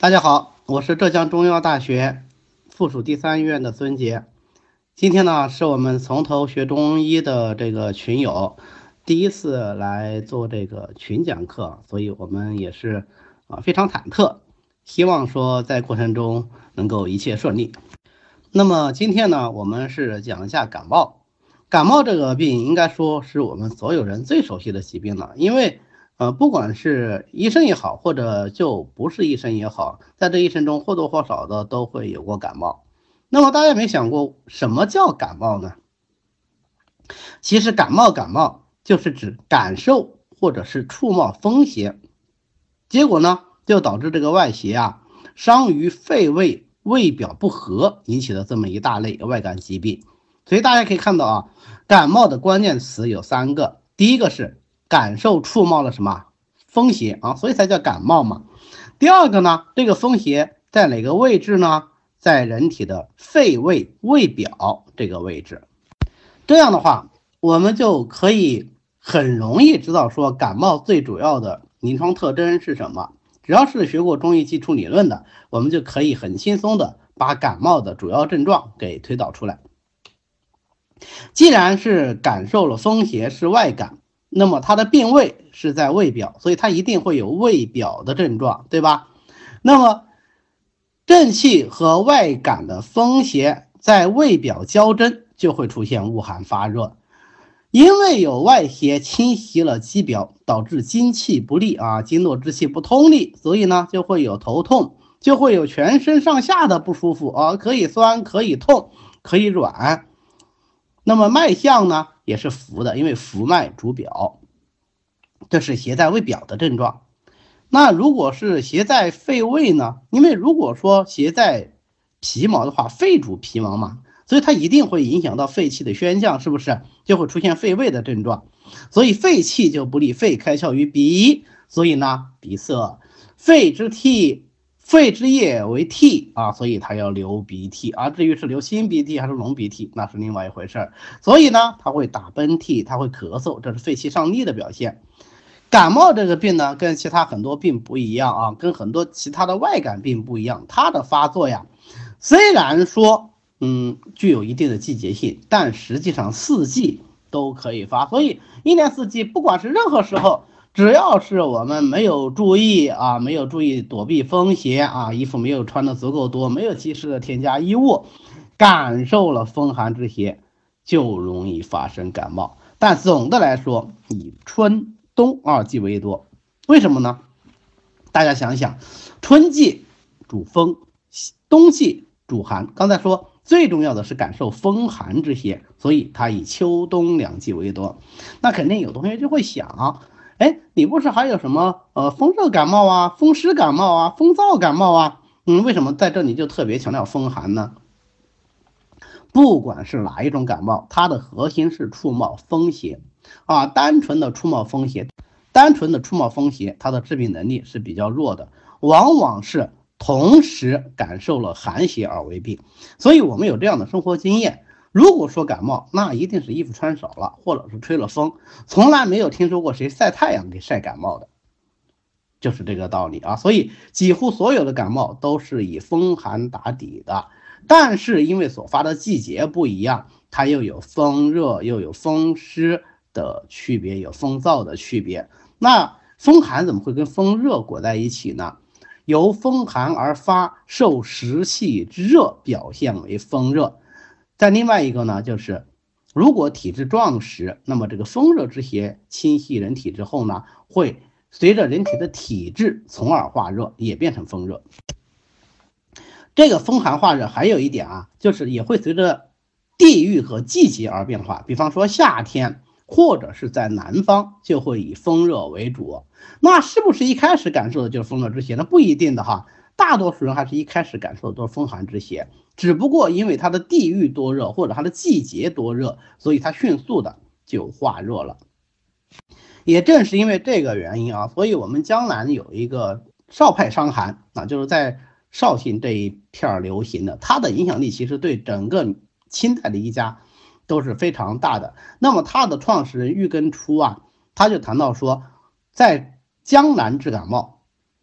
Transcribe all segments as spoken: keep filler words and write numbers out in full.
大家好，我是浙江中医药大学附属第三医院的孙杰。今天呢，是我们从头学中医的这个群友第一次来做这个群讲课，所以我们也是啊非常忐忑，希望说在过程中能够一切顺利。那么今天呢，我们是讲一下感冒。感冒这个病应该说是我们所有人最熟悉的疾病了，因为呃，不管是医生也好，或者就不是医生也好，在这一生中或多或少的都会有过感冒。那么大家有没有想过，什么叫感冒呢？其实感冒感冒就是指感受或者是触冒风邪，结果呢就导致这个外邪啊伤于肺胃胃表不和，引起的这么一大类外感疾病。所以大家可以看到啊，感冒的关键词有三个，第一个是感受触冒了什么风邪啊，所以才叫感冒嘛。第二个呢，这个风邪在哪个位置呢？在人体的肺胃胃表这个位置。这样的话，我们就可以很容易知道说感冒最主要的临床特征是什么。只要是学过中医基础理论的，我们就可以很轻松的把感冒的主要症状给推导出来。既然是感受了风邪是外感，那么它的病位是在胃表，所以它一定会有胃表的症状，对吧？那么正气和外感的风邪在胃表交争，就会出现恶寒发热。因为有外邪侵袭了肌表，导致精气不利啊，经络之气不通利，所以呢就会有头痛，就会有全身上下的不舒服啊，可以酸，可以痛，可以软。那么脉象呢也是浮的，因为浮脉主表，这是邪在胃表的症状。那如果是邪在肺胃呢？因为如果说邪在皮毛的话，肺主皮毛嘛，所以它一定会影响到肺气的宣降，是不是就会出现肺胃的症状？所以肺气就不利，肺开窍于鼻，所以呢鼻塞，肺之涕，肺之液为涕啊，所以它要流鼻涕啊。至于是流清鼻涕还是浓鼻涕，那是另外一回事。所以呢，它会打喷嚏，它会咳嗽，这是肺气上逆的表现。感冒这个病呢，跟其他很多病不一样啊，跟很多其他的外感病不一样。它的发作呀，虽然说嗯具有一定的季节性，但实际上四季都可以发。所以一年四季，不管是任何时候，只要是我们没有注意啊，没有注意躲避风邪啊，衣服没有穿的足够多，没有及时的添加衣物，感受了风寒之邪，就容易发生感冒。但总的来说，以春冬二季为多。为什么呢？大家想想，春季主风，冬季主寒。刚才说最重要的是感受风寒之邪，所以它以秋冬两季为多。那肯定有同学就会想，哎，你不是还有什么呃风热感冒啊、风湿感冒啊、风燥感冒啊？嗯，为什么在这里就特别强调风寒呢？不管是哪一种感冒，它的核心是触冒风邪啊，单纯的触冒风邪，单纯的触冒风邪，它的致病能力是比较弱的，往往是同时感受了寒邪而为病。所以我们有这样的生活经验，如果说感冒，那一定是衣服穿少了，或者是吹了风，从来没有听说过谁晒太阳给晒感冒的，就是这个道理啊。所以几乎所有的感冒都是以风寒打底的。但是因为所发的季节不一样，它又有风热又有风湿的区别，有风燥的区别。那风寒怎么会跟风热裹在一起呢？由风寒而发，受湿气之热，表现为风热。再另外一个呢，就是如果体质壮实，那么这个风热之邪侵袭人体之后呢，会随着人体的体质从而化热，也变成风热。这个风寒化热还有一点啊，就是也会随着地域和季节而变化。比方说夏天或者是在南方，就会以风热为主。那是不是一开始感受的就是风热之邪？那不一定的哈，大多数人还是一开始感受的都是风寒之邪，只不过因为它的地域多热或者它的季节多热，所以它迅速的就化热了。也正是因为这个原因啊，所以我们江南有一个少派伤寒啊，就是在绍兴这一片流行的，它的影响力其实对整个清代的医家都是非常大的。那么它的创始人郁根初啊，他就谈到说，在江南治感冒，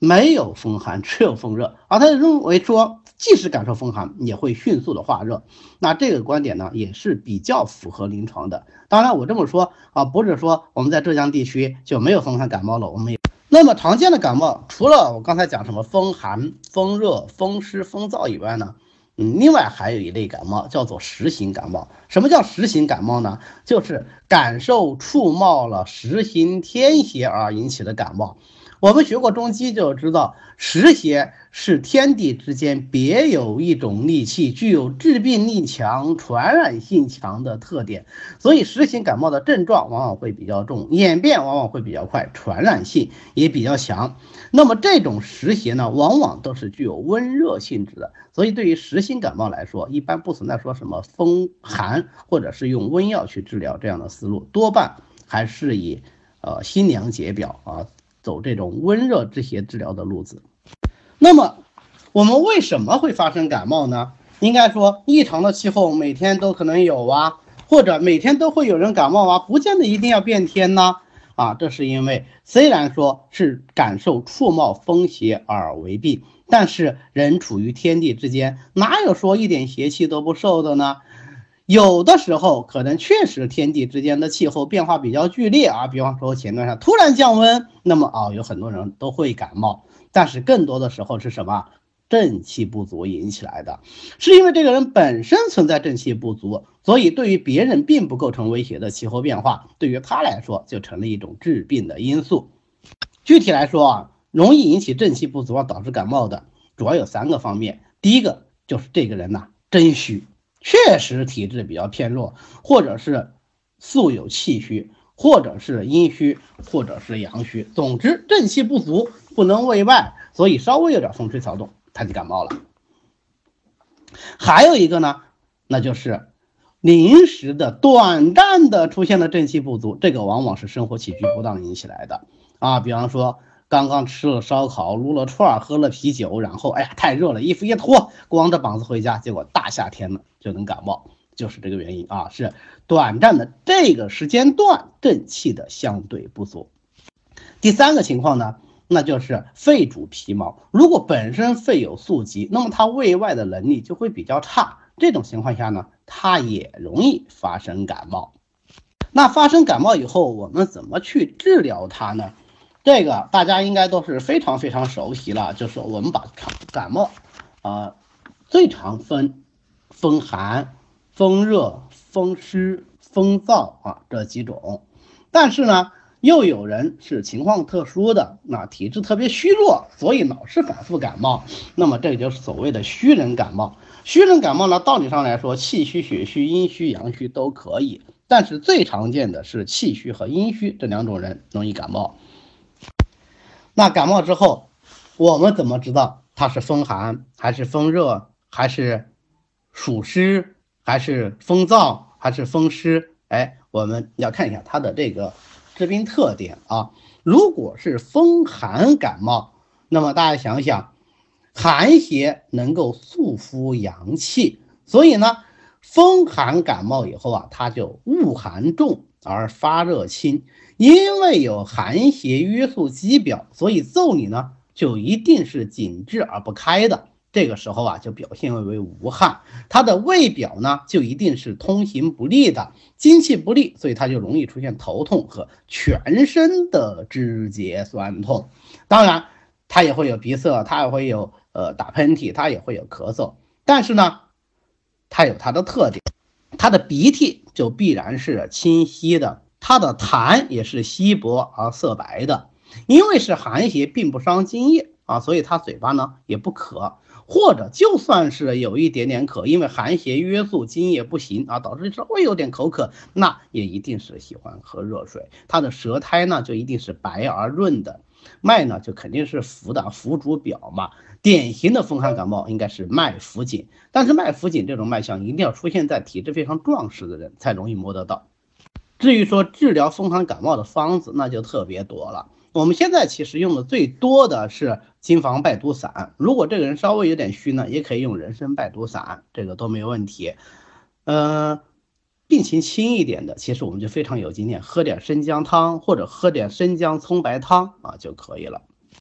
没有风寒，只有风热，而他认为说，即使感受风寒，也会迅速的化热。那这个观点呢，也是比较符合临床的。当然，我这么说啊，不是说我们在浙江地区就没有风寒感冒了，我们也。那么常见的感冒，除了我刚才讲什么风寒、风热、风湿、风燥以外呢，嗯，另外还有一类感冒叫做实行感冒。什么叫实行感冒呢？就是感受触冒了实行天邪而引起的感冒。我们学过中医就知道，实邪是天地之间别有一种戾气，具有致病力强、传染性强的特点，所以实行感冒的症状往往会比较重，演变往往会比较快，传染性也比较强。那么这种实邪呢，往往都是具有温热性质的，所以对于实行感冒来说，一般不存在说什么风寒或者是用温药去治疗这样的思路，多半还是以呃辛凉解表啊。走这种温热之邪治疗的路子。那么我们为什么会发生感冒呢？应该说异常的气候每天都可能有啊，或者每天都会有人感冒啊，不见得一定要变天呢。啊，这是因为虽然说是感受触冒风邪而为病，但是人处于天地之间，哪有说一点邪气都不受的呢？有的时候可能确实天地之间的气候变化比较剧烈啊，比方说前段时间突然降温，那么啊有很多人都会感冒，但是更多的时候是什么？正气不足引起来的，是因为这个人本身存在正气不足，所以对于别人并不构成威胁的气候变化，对于他来说就成了一种致病的因素。具体来说啊，容易引起正气不足而导致感冒的主要有三个方面。第一个就是这个人呐、啊、真虚，确实体质比较偏弱，或者是素有气虚，或者是阴虚，或者是阳虚，总之正气不足，不能为外，所以稍微有点风吹草动他就感冒了。还有一个呢，那就是临时的短暂的出现了正气不足，这个往往是生活起居不当引起来的啊。比方说刚刚吃了烧烤，撸了串，喝了啤酒，然后哎呀太热了，衣服一脱，光着膀子回家，结果大夏天了就能感冒，就是这个原因啊，是短暂的这个时间段正气的相对不足。第三个情况呢，那就是肺主皮毛，如果本身肺有宿疾，那么它卫外的能力就会比较差，这种情况下呢，它也容易发生感冒。那发生感冒以后，我们怎么去治疗它呢？这个大家应该都是非常非常熟悉了，就是我们把感冒啊、呃、最常分风寒、风热、风湿、风燥啊这几种，但是呢又有人是情况特殊的，那体质特别虚弱，所以老是反复感冒，那么这就是所谓的虚人感冒。虚人感冒呢，道理上来说，气虚、血虚、阴虚、阳虚都可以，但是最常见的是气虚和阴虚这两种人容易感冒。那感冒之后，我们怎么知道它是风寒还是风热，还是暑湿，还是风燥，还是风湿？哎，我们要看一下它的这个致病特点啊。如果是风寒感冒，那么大家想想，寒邪能够肃肤阳气，所以呢，风寒感冒以后啊，它就恶寒重而发热轻，因为有寒邪约束肌表，所以腠理呢就一定是紧致而不开的。这个时候啊，就表现为无汗，它的胃表呢就一定是通行不利的，精气不利，所以它就容易出现头痛和全身的肢节酸痛。当然，它也会有鼻塞，它也会有呃打喷嚏，它也会有咳嗽，但是呢，它有它的特点，它的鼻涕就必然是清晰的，它的痰也是稀薄而色白的，因为是寒邪并不伤津液啊，所以它嘴巴呢也不渴。或者就算是有一点点渴，因为寒邪约束津液不行啊，导致稍微有点口渴，那也一定是喜欢喝热水。它的舌苔呢就一定是白而润的，脉呢就肯定是浮的，浮主表嘛。典型的风寒感冒应该是脉浮紧，但是脉浮紧这种脉象一定要出现在体质非常壮实的人才容易摸得到。至于说治疗风寒感冒的方子，那就特别多了。我们现在其实用的最多的是金防败毒散，如果这个人稍微有点虚呢，也可以用人参败毒散，这个都没有问题。呃，病情轻一点的，其实我们就非常有经验，喝点生姜汤或者喝点生姜葱白汤啊就可以了。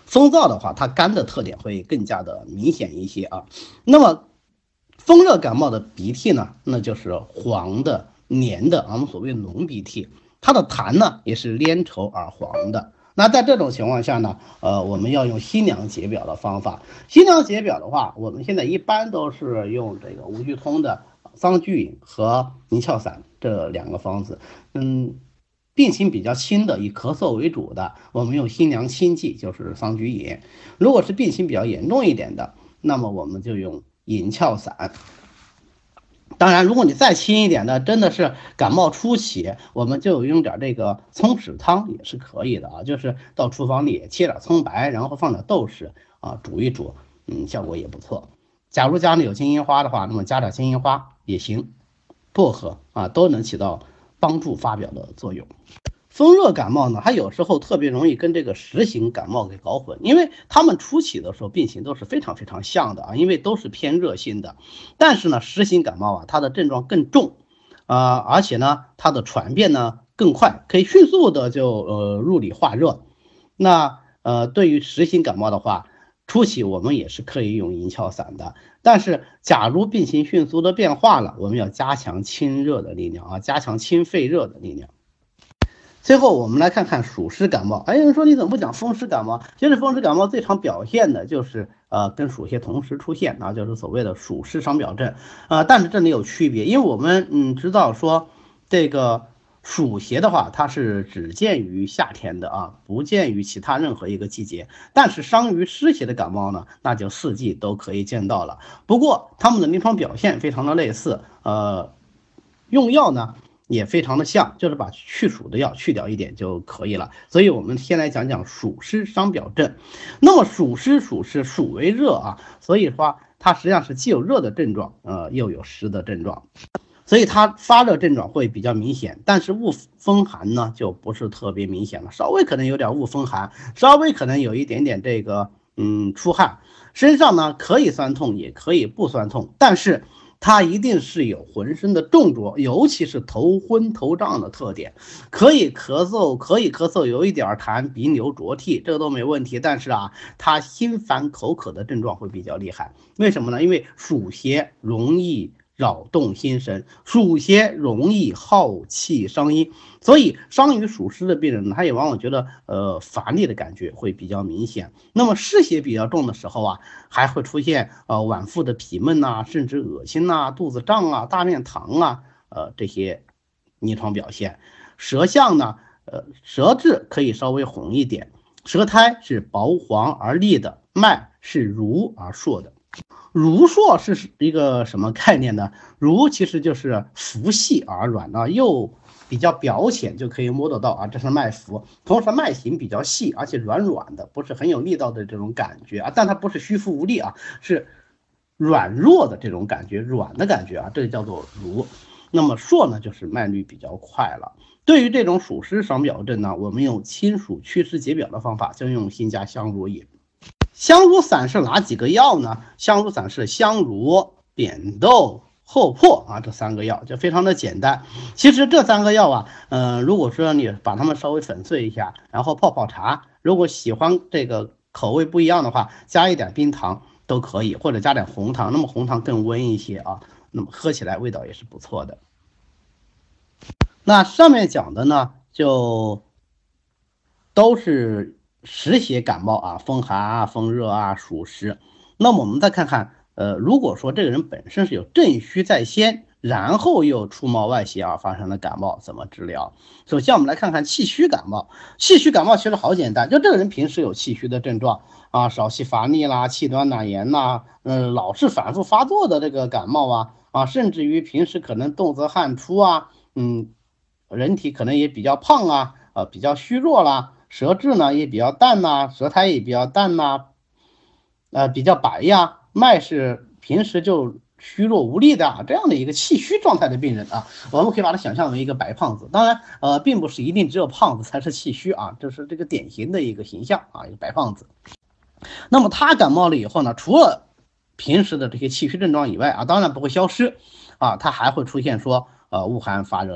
风燥的话，它干的特点会更加的明显一些啊。那么风热感冒的鼻涕呢，那就是黄的、黏的，我们所谓浓鼻涕，它的痰呢也是粘稠而黄的。那在这种情况下呢，呃，我们要用辛凉解表的方法。辛凉解表的话，我们现在一般都是用这个五聚通的桑菊饮和银翘散这两个方子。嗯，病情比较轻的，以咳嗽为主的，我们用辛凉清剂，就是桑菊饮。如果是病情比较严重一点的，那么我们就用银翘散。当然，如果你再轻一点的，真的是感冒初期，我们就用点这个葱豉汤也是可以的啊，就是到厨房里切点葱白，然后放点豆豉啊，煮一煮，嗯，效果也不错。假如家里有金银花的话，那么加点金银花也行，薄荷啊都能起到帮助发表的作用。风热感冒呢，它有时候特别容易跟这个实型感冒给搞混，因为他们初期的时候病情都是非常非常像的啊，因为都是偏热性的。但是呢，实型感冒啊，它的症状更重，啊、呃，而且呢，它的传变呢更快，可以迅速的就呃入里化热。那呃，对于实型感冒的话，初期我们也是可以用银翘散的，但是假如病情迅速的变化了，我们要加强清热的力量啊，加强清肺热的力量。最后我们来看看暑湿感冒。哎，有人说你怎么不讲风湿感冒？其实风湿感冒最常表现的就是呃跟暑邪同时出现啊，就是所谓的暑湿伤表症。呃，但是这里有区别，因为我们嗯知道说这个暑邪的话，它是只见于夏天的啊，不见于其他任何一个季节。但是伤于湿邪的感冒呢，那就四季都可以见到了。不过他们的临床表现非常的类似，呃，用药呢也非常的像，就是把去暑的药去掉一点就可以了。所以我们先来讲讲暑湿伤表症。那么暑湿暑湿暑为热啊，所以说它实际上是既有热的症状，呃，又有湿的症状。所以它发热症状会比较明显，但是恶风寒呢就不是特别明显了，稍微可能有点恶风寒，稍微可能有一点点这个嗯出汗，身上呢可以酸痛也可以不酸痛，但是它一定是有浑身的重浊，尤其是头昏头胀的特点，可以咳嗽，可以咳嗽，有一点痰，鼻流浊涕，这个都没问题。但是啊，它心烦口渴的症状会比较厉害。为什么呢？因为暑邪容易扰动心神，暑邪容易耗气伤阴，所以伤于暑湿的病人呢，他也往往觉得呃乏力的感觉会比较明显。那么湿邪比较重的时候啊，还会出现呃脘腹的痞闷呐、啊，甚至恶心呐、啊、肚子胀啊、大便溏啊，呃这些临床表现。舌象呢，呃舌质可以稍微红一点，舌苔是薄黄而利的，脉是濡而数的。濡数是一个什么概念呢？濡其实就是浮细而软啊，又比较表浅，就可以摸得到啊，这是脉浮。同时脉形比较细，而且软软的，不是很有力道的这种感觉啊，但它不是虚浮无力啊，是软弱的这种感觉，软的感觉啊，这叫做濡。那么数呢，就是脉率比较快了。对于这种暑湿伤表症呢，我们用清暑祛湿解表的方法，就用辛加香茹饮。香茹散是哪几个药呢？香茹散是香茹、扁豆、厚朴啊，这三个药就非常的简单。其实这三个药啊，呃，如果说你把它们稍微粉碎一下，然后泡泡茶，如果喜欢这个口味不一样的话，加一点冰糖都可以，或者加点红糖，那么红糖更温一些啊，那么喝起来味道也是不错的。那上面讲的呢，就都是湿邪感冒啊，风寒啊、风热啊、暑湿。那么我们再看看，呃，如果说这个人本身是有正虚在先，然后又出冒外邪而发生的感冒，怎么治疗？首先我们来看看气虚感冒。气虚感冒其实好简单，就这个人平时有气虚的症状啊，少气乏力啦，气短纳言呐，嗯，老是反复发作的这个感冒啊啊，甚至于平时可能动则汗出啊，嗯，人体可能也比较胖啊，呃，比较虚弱啦。舌质呢也比较淡呐、啊，舌苔也比较淡呐、啊，呃，比较白呀，脉是平时就虚弱无力的、啊、这样的一个气虚状态的病人啊，我们可以把它想象为一个白胖子。当然，呃，并不是一定只有胖子才是气虚啊，这是这个典型的一个形象啊，一个白胖子。那么他感冒了以后呢，除了平时的这些气虚症状以外啊，当然不会消失啊，他还会出现说呃恶寒发热的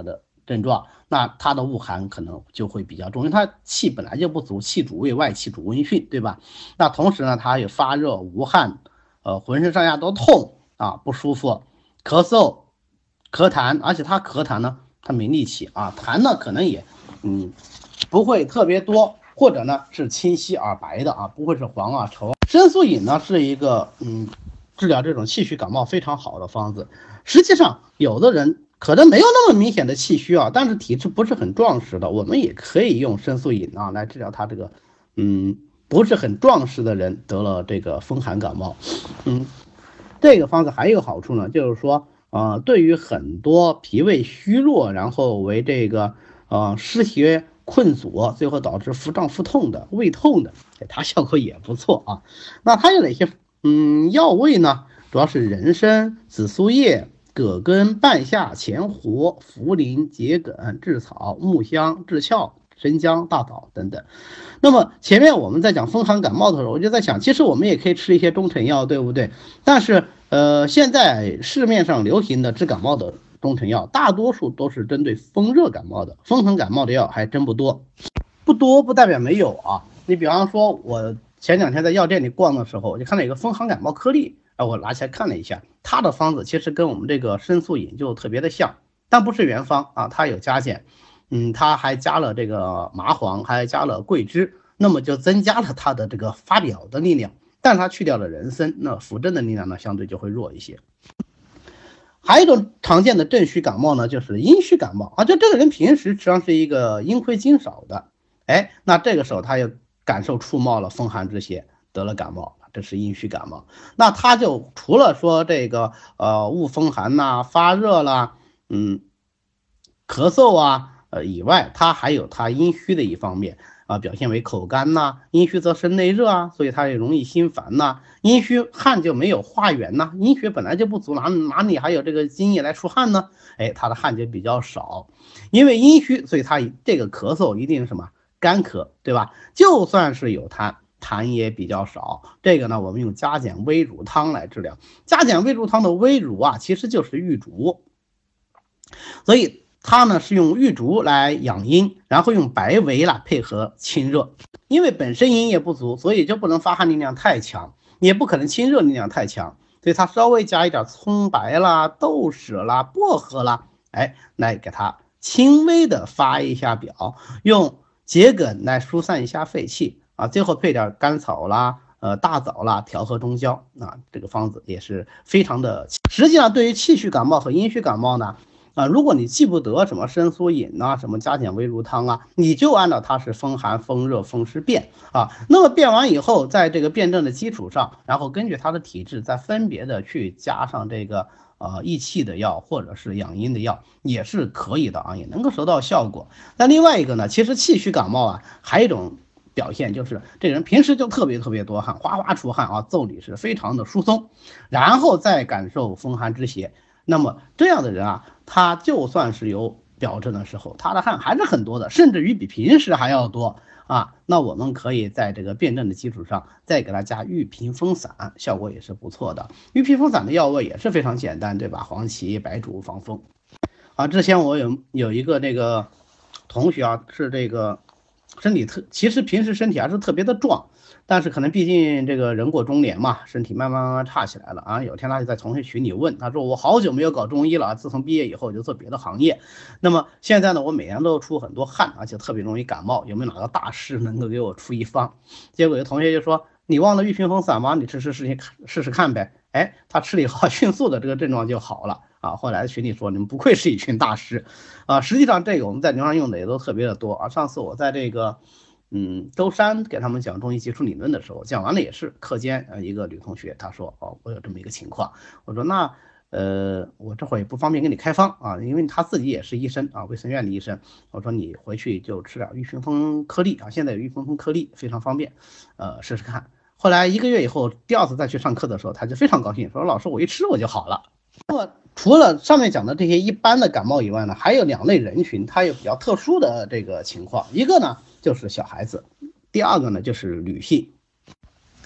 症状，那它的恶寒可能就会比较重，因为它气本来就不足，气主胃外，气主温煦，对吧？那同时呢，它有发热、无汗，呃，浑身上下都痛啊，不舒服，咳嗽、咳痰，而且它咳痰呢，它没力气啊，痰呢可能也嗯不会特别多，或者呢是清晰而白的啊，不会是黄啊稠。生素饮呢是一个嗯治疗这种气虚感冒非常好的方子。实际上，有的人可能没有那么明显的气虚啊，但是体质不是很壮实的，我们也可以用生素饮啊来治疗他这个嗯不是很壮实的人得了这个风寒感冒。嗯，这个方子还有一个好处呢，就是说呃对于很多脾胃虚弱，然后为这个呃湿邪困阻，最后导致腹胀腹痛的、胃痛的，它效果也不错啊。那它有哪些嗯药味呢？主要是人参、紫苏叶、葛根、半夏、前胡、茯苓、桔梗、炙草、木香、炙壳、生姜、大枣等等。那么前面我们在讲风寒感冒的时候，我就在想，其实我们也可以吃一些中成药，对不对？但是呃，现在市面上流行的治感冒的中成药，大多数都是针对风热感冒的，风寒感冒的药还真不多。不多不代表没有啊。你比方说，我前两天在药店里逛的时候，我就看到有个风寒感冒颗粒，啊，我拿起来看了一下，它的方子其实跟我们这个生素饮就特别的像，但不是原方啊，它有加减，嗯，它还加了这个麻黄，还加了桂枝，那么就增加了它的这个发表的力量，但它去掉了人参，那扶正的力量呢相对就会弱一些。还有一种常见的正虚感冒呢，就是阴虚感冒啊，就这个人平时实际上是一个阴亏精少的，哎，那这个时候他又感受触冒了风寒之邪，得了感冒，这是阴虚感冒。那他就除了说这个呃恶风寒呐、啊、发热啦、嗯咳嗽啊呃以外，他还有他阴虚的一方面啊，表现为口干呐、啊，阴虚则身内热啊，所以他也容易心烦呐、啊。阴虚汗就没有化源呐、啊，阴血本来就不足，哪哪里还有这个津液来出汗呢？哎，他的汗就比较少，因为阴虚，所以他这个咳嗽一定是什么干咳，对吧？就算是有痰，痰也比较少。这个呢，我们用加减微乳汤来治疗。加减微乳汤的微乳啊，其实就是玉竹，所以它呢是用玉竹来养阴，然后用白维来配合清热。因为本身阴液不足，所以就不能发汗力量太强，也不可能清热力量太强，所以它稍微加一点葱白啦、豆豉啦、薄荷啦，哎，来给它轻微的发一下表，用桔梗来疏散一下肺气啊，最后配点甘草啦、呃大枣啦，调和中焦啊，这个方子也是非常的。实际上，对于气虚感冒和阴虚感冒呢，啊，如果你记不得什么生素饮啊，什么加减微乳汤啊，你就按照它是风寒、风热、风湿变啊。那么变完以后，在这个辩证的基础上，然后根据他的体质，再分别的去加上这个呃益气的药或者是养阴的药，也是可以的啊，也能够收到效果。那另外一个呢，其实气虚感冒啊，还有一种表现就是这人平时就特别特别多汗，哗哗出汗啊，腠理是非常的疏松，然后再感受风寒之邪。那么这样的人啊，他就算是有表症的时候，他的汗还是很多的，甚至于比平时还要多啊。那我们可以在这个辩证的基础上，再给他加玉屏风散，效果也是不错的。玉屏风散的药味也是非常简单，对吧？黄芪、白术、防风。啊，之前我有有一个那个同学啊，是这个身体特，其实平时身体还是特别的壮。但是可能毕竟这个人过中年嘛，身体慢慢慢慢差起来了啊。有天他就在同学群里问，他说我好久没有搞中医了，自从毕业以后我就做别的行业。那么现在呢，我每年都出很多汗，而且特别容易感冒，有没有哪个大师能够给我出一方？结果有同学就说，你忘了玉屏风散吗？你吃吃试试试试看呗。哎，他吃了以后，迅速的这个症状就好了啊。后来群里说，你们不愧是一群大师啊。实际上这个我们在临床用的也都特别的多啊。上次我在这个。嗯，舟山给他们讲中医基础理论的时候，讲完了也是课间，呃，一个女同学她说，哦，我有这么一个情况，我说那，呃，我这会儿也不方便给你开方啊，因为她自己也是医生啊，卫生院的医生，我说你回去就吃点玉屏风颗粒啊，现在有玉屏风颗粒非常方便，呃，试试看。后来一个月以后，第二次再去上课的时候，他就非常高兴，说老师我一吃我就好了。那么除了上面讲的这些一般的感冒以外呢，还有两类人群，它有比较特殊的这个情况，一个呢就是小孩子，第二个呢就是女性。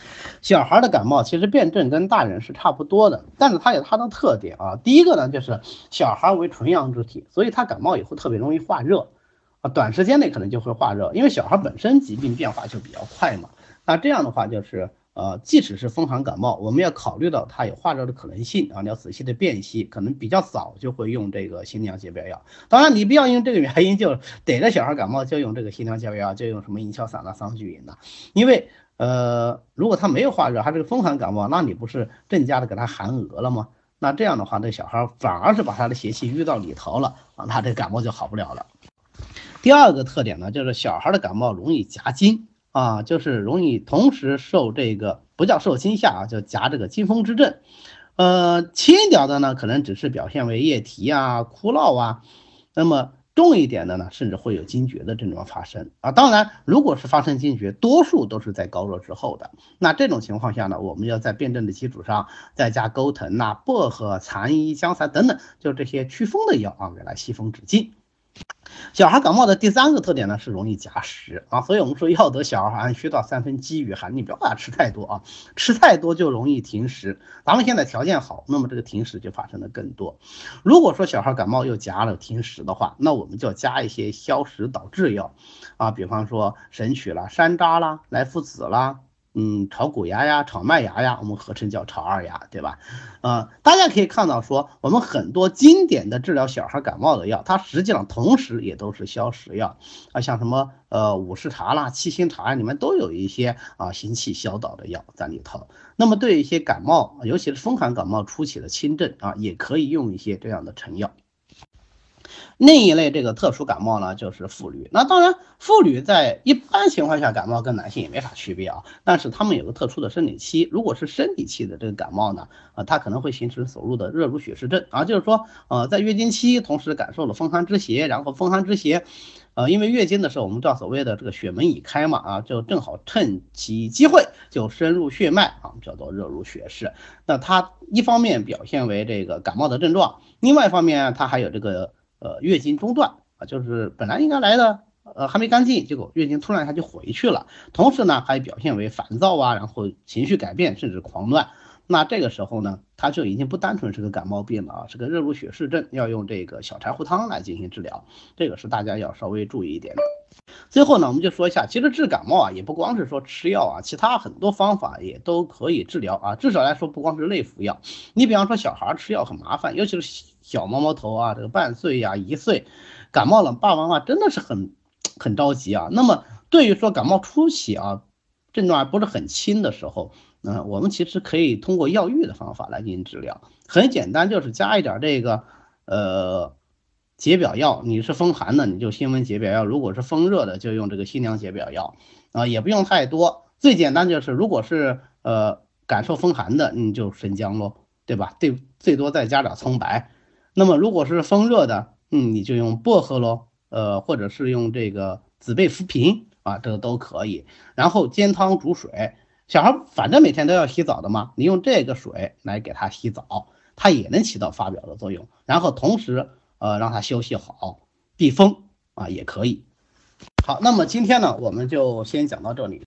小孩的感冒其实辨证跟大人是差不多的，但是它有它的特点啊。第一个呢，就是小孩为纯阳之体，所以他感冒以后特别容易化热啊，短时间内可能就会化热，因为小孩本身疾病变化就比较快嘛。那这样的话就是呃，即使是风寒感冒，我们要考虑到它有化热的可能性啊，你要仔细的辨析，可能比较早就会用这个新娘解表药。当然，你不要因为这个原因就逮着小孩感冒就用这个新娘解表药，就用什么银翘散啦、桑菊饮啦，因为呃，如果他没有化热，他这个风寒感冒，那你不是更加的给他寒鹅了吗？那这样的话，这小孩反而是把他的邪气淤到里头了啊，他这个感冒就好不了了。第二个特点呢，就是小孩的感冒容易夹惊啊，就是容易同时受这个不叫受惊吓啊，就夹这个惊风之症。呃，轻一点的呢，可能只是表现为液体啊、哭闹啊，那么重一点的呢，甚至会有惊厥的症状发生啊。当然，如果是发生惊厥，多数都是在高热之后的。那这种情况下呢，我们要在辨证的基础上再加钩藤呐、薄荷、蚕衣、姜蚕等等，就这些祛风的药啊，来吸风止惊。小孩感冒的第三个特点呢是容易夹食啊，所以我们说要得小孩寒需到三分饥与寒，你不要把它吃太多啊，吃太多就容易停食。咱们现在条件好，那么这个停食就发生的更多。如果说小孩感冒又夹了停食的话，那我们就要加一些消食导滞药啊，比方说神曲啦、山楂啦、莱菔子啦。嗯，炒谷芽呀，炒麦芽呀，我们合称叫炒二芽，对吧？呃，大家可以看到说，我们很多经典的治疗小孩感冒的药，它实际上同时也都是消食药啊，像什么呃五世茶啦、七星茶里面都有一些啊行气消导的药在里头。那么对一些感冒，尤其是风寒感冒初期的轻症啊，也可以用一些这样的成药。另一类这个特殊感冒呢，就是妇女。那当然，妇女在一般情况下感冒跟男性也没啥区别啊，但是他们有个特殊的生理期。如果是生理期的这个感冒呢，呃，它可能会形成所谓的热如血氏症啊，就是说，呃，在月经期同时感受了风寒之邪，然后风寒之邪。呃，因为月经的时候，我们叫所谓的这个血门已开嘛，啊，就正好趁其机会就深入血脉啊，叫做热如血氏。那它一方面表现为这个感冒的症状，另外一方面它还有这个呃月经中断啊，就是本来应该来的呃还没干净，结果月经突然一下就回去了。同时呢，还表现为烦躁啊，然后情绪改变，甚至狂乱。那这个时候呢，它就已经不单纯是个感冒病了啊，是个热如血氏症，要用这个小柴胡汤来进行治疗，这个是大家要稍微注意一点的。最后呢，我们就说一下，其实治感冒啊，也不光是说吃药啊，其他很多方法也都可以治疗啊。至少来说，不光是内服药，你比方说小孩吃药很麻烦，尤其是小毛毛头啊，这个半岁呀、一岁，感冒了，爸爸妈妈真的是很很着急啊。那么对于说感冒初期啊，症状还不是很轻的时候，嗯、呃，我们其实可以通过药浴的方法来进行治疗，很简单，就是加一点这个呃。解表药，你是风寒的，你就辛温解表药；如果是风热的，就用这个新娘解表药啊，也不用太多。最简单就是，如果是呃感受风寒的，你就生姜喽，对吧？最最多再加点葱白。那么如果是风热的，嗯，你就用薄荷喽，呃，或者是用这个紫贝浮萍啊，这个都可以。然后煎汤煮水，小孩反正每天都要洗澡的嘛，你用这个水来给他洗澡，它也能起到发表的作用。然后同时。呃，让他休息好，避风啊也可以。好，那么今天呢，我们就先讲到这里。